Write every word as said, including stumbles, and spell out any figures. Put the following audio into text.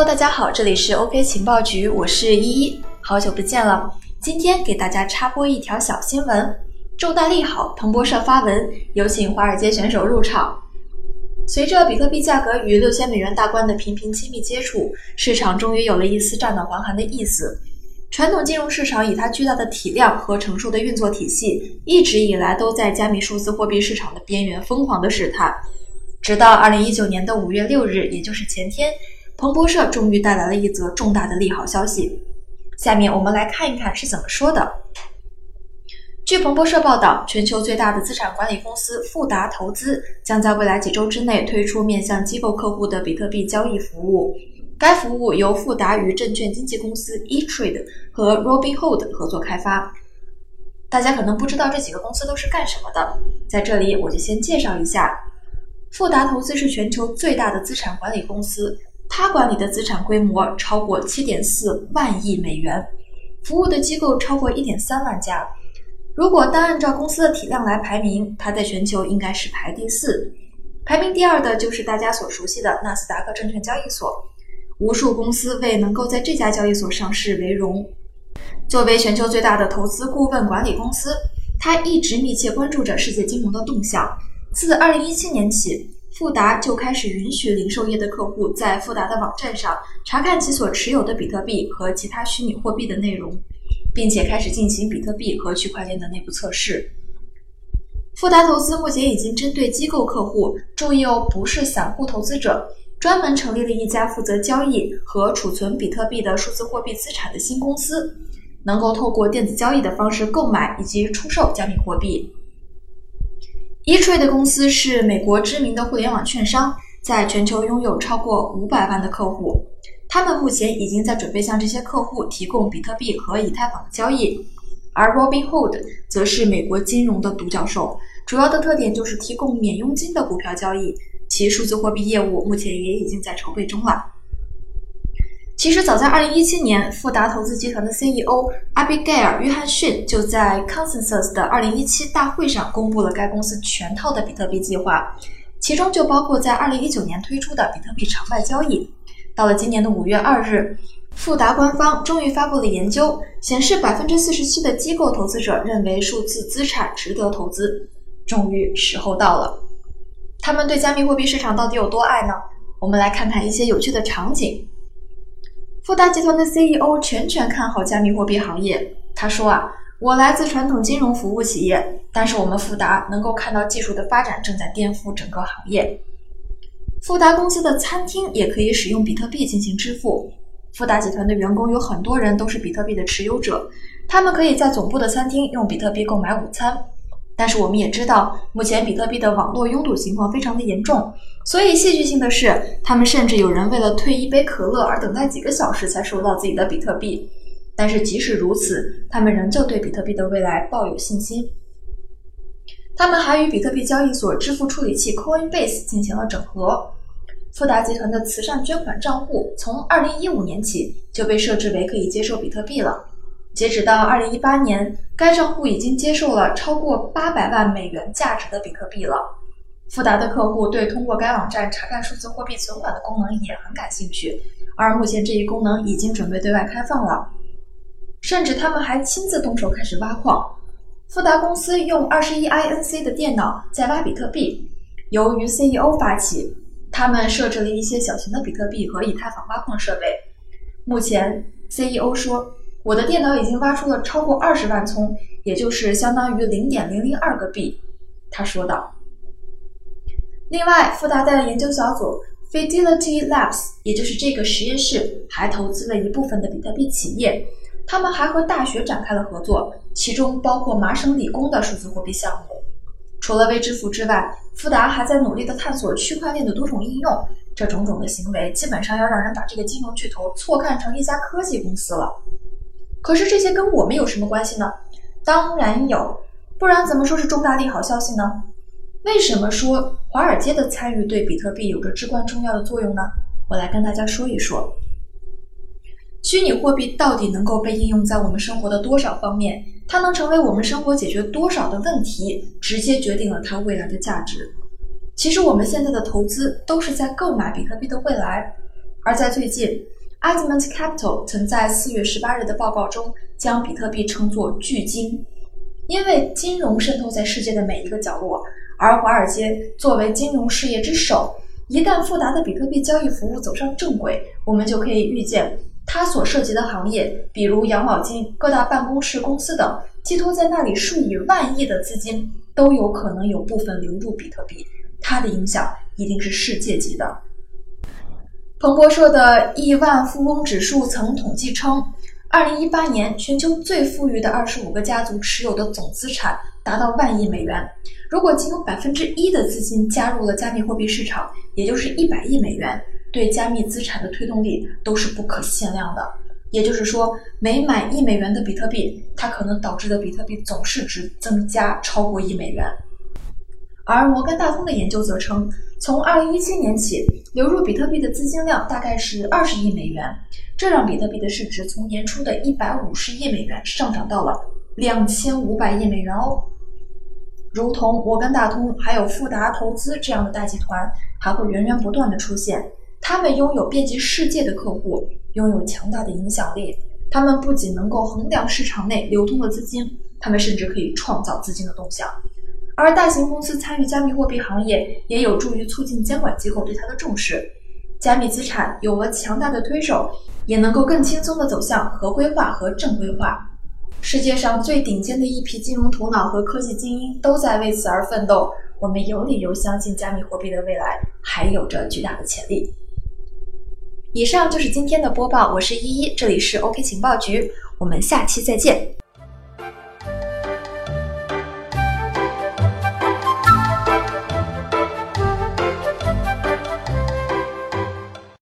Hello， 大家好，这里是 OK 情报局，我是依依，好久不见了。今天给大家插播一条小新闻，重大利好，彭博社发文，有请华尔街选手入场。随着比特币价格与六千美元大关的频频亲密接触，市场终于有了一丝乍暖还寒的意思。传统金融市场以它巨大的体量和成熟的运作体系，一直以来都在加密数字货币市场的边缘疯狂的试探。直到二零一九年的五月六日，也就是前天，彭博社终于带来了一则重大的利好消息。下面我们来看一看是怎么说的。据彭博社报道，全球最大的资产管理公司富达投资将在未来几周之内推出面向机构客户的比特币交易服务。该服务由富达与证券经纪公司 E-Trade 和 Robinhood 合作开发。大家可能不知道这几个公司都是干什么的，在这里我就先介绍一下。富达投资是全球最大的资产管理公司，它管理的资产规模超过 七点四万亿美元，服务的机构超过 一点三万家。如果单按照公司的体量来排名，它在全球应该是排第四。排名第二的就是大家所熟悉的纳斯达克证券交易所，无数公司为能够在这家交易所上市为荣。作为全球最大的投资顾问管理公司，它一直密切关注着世界金融的动向。自二零一七年起，富达就开始允许零售业的客户在富达的网站上查看其所持有的比特币和其他虚拟货币的内容，并且开始进行比特币和区块链的内部测试。富达投资目前已经针对机构客户，注意哦，不是散户投资者，专门成立了一家负责交易和储存比特币的数字货币资产的新公司，能够透过电子交易的方式购买以及出售加密货币。E-Trade 公司是美国知名的互联网券商，在全球拥有超过五百万的客户。他们目前已经在准备向这些客户提供比特币和以太坊的交易。而 Robinhood 则是美国金融的独角兽，主要的特点就是提供免佣金的股票交易，其数字货币业务目前也已经在筹备中了。其实早在二零一七年，富达投资集团的 C E O 阿比盖尔·约翰逊就在 Consensus 的二零一七大会上公布了该公司全套的比特币计划，其中就包括在二零一九年推出的比特币场外交易。到了今年的五月二日，富达官方终于发布了研究，显示 百分之四十七 的机构投资者认为数字资产值得投资。终于时候到了。他们对加密货币市场到底有多爱呢？我们来看看一些有趣的场景。富达集团的 C E O 全权看好加密货币行业。他说啊，我来自传统金融服务企业，但是我们富达能够看到技术的发展正在颠覆整个行业。富达公司的餐厅也可以使用比特币进行支付。富达集团的员工有很多人都是比特币的持有者，他们可以在总部的餐厅用比特币购买午餐。但是我们也知道，目前比特币的网络拥堵情况非常的严重，所以戏剧性的是，他们甚至有人为了退一杯可乐而等待几个小时才收到自己的比特币。但是即使如此，他们仍旧对比特币的未来抱有信心。他们还与比特币交易所支付处理器 Coinbase 进行了整合。富达集团的慈善捐款账户从二零一五年起就被设置为可以接受比特币了。截止到二零一八年，该账户已经接受了超过八百万美元价值的比特币了。富达的客户对通过该网站查看数字货币存款的功能也很感兴趣，而目前这一功能已经准备对外开放了。甚至他们还亲自动手开始挖矿。富达公司用 二十一 I N C 的电脑在挖比特币，由于 C E O 发起，他们设置了一些小型的比特币和以太坊挖矿设备。目前 C E O 说，我的电脑已经挖出了超过二十万聪，也就是相当于 零点零零二 个币，他说道。另外，富达的研究小组 Fidelity Labs， 也就是这个实验室，还投资了一部分的比特币企业。他们还和大学展开了合作，其中包括麻省理工的数字货币项目。除了微支付之外，富达还在努力地探索区块链的多种应用。这种种的行为基本上要让人把这个金融巨头错看成一家科技公司了。可是这些跟我们有什么关系呢？当然有，不然怎么说是重大利好消息呢？为什么说华尔街的参与对比特币有着至关重要的作用呢？我来跟大家说一说。虚拟货币到底能够被应用在我们生活的多少方面，它能成为我们生活解决多少的问题，直接决定了它未来的价值。其实我们现在的投资都是在购买比特币的未来。而在最近， Argument Capital 曾在四月十八日的报告中将比特币称作巨金，因为金融渗透在世界的每一个角落，而华尔街作为金融事业之首，一旦复杂的比特币交易服务走上正轨，我们就可以预见它所涉及的行业，比如养老金、各大办公室公司等，寄托在那里数以万亿的资金都有可能有部分流入比特币，它的影响一定是世界级的。彭博社的亿万富翁指数曾统计称，二零一八年全球最富裕的二十五个家族持有的总资产达到万亿美元。如果仅有百分之一的资金加入了加密货币市场，也就是一百亿美元，对加密资产的推动力都是不可限量的。也就是说，每买一美元的比特币，它可能导致的比特币总市值增加超过一美元。而摩根大通的研究则称，从二零一七年起，流入比特币的资金量大概是二十亿美元，这让比特币的市值从年初的一百五十亿美元上涨到了两千五百亿美元哦。如同摩根大通还有富达投资这样的大集团还会源源不断的出现，他们拥有遍及世界的客户，拥有强大的影响力，他们不仅能够衡量市场内流通的资金，他们甚至可以创造资金的动向。而大型公司参与加密货币行业也有助于促进监管机构对它的重视，加密资产有了强大的推手，也能够更轻松地走向合规化和正规化。世界上最顶尖的一批金融头脑和科技精英都在为此而奋斗，我们有理由相信加密货币的未来还有着巨大的潜力。以上就是今天的播报，我是依依，这里是 OK 情报局，我们下期再见。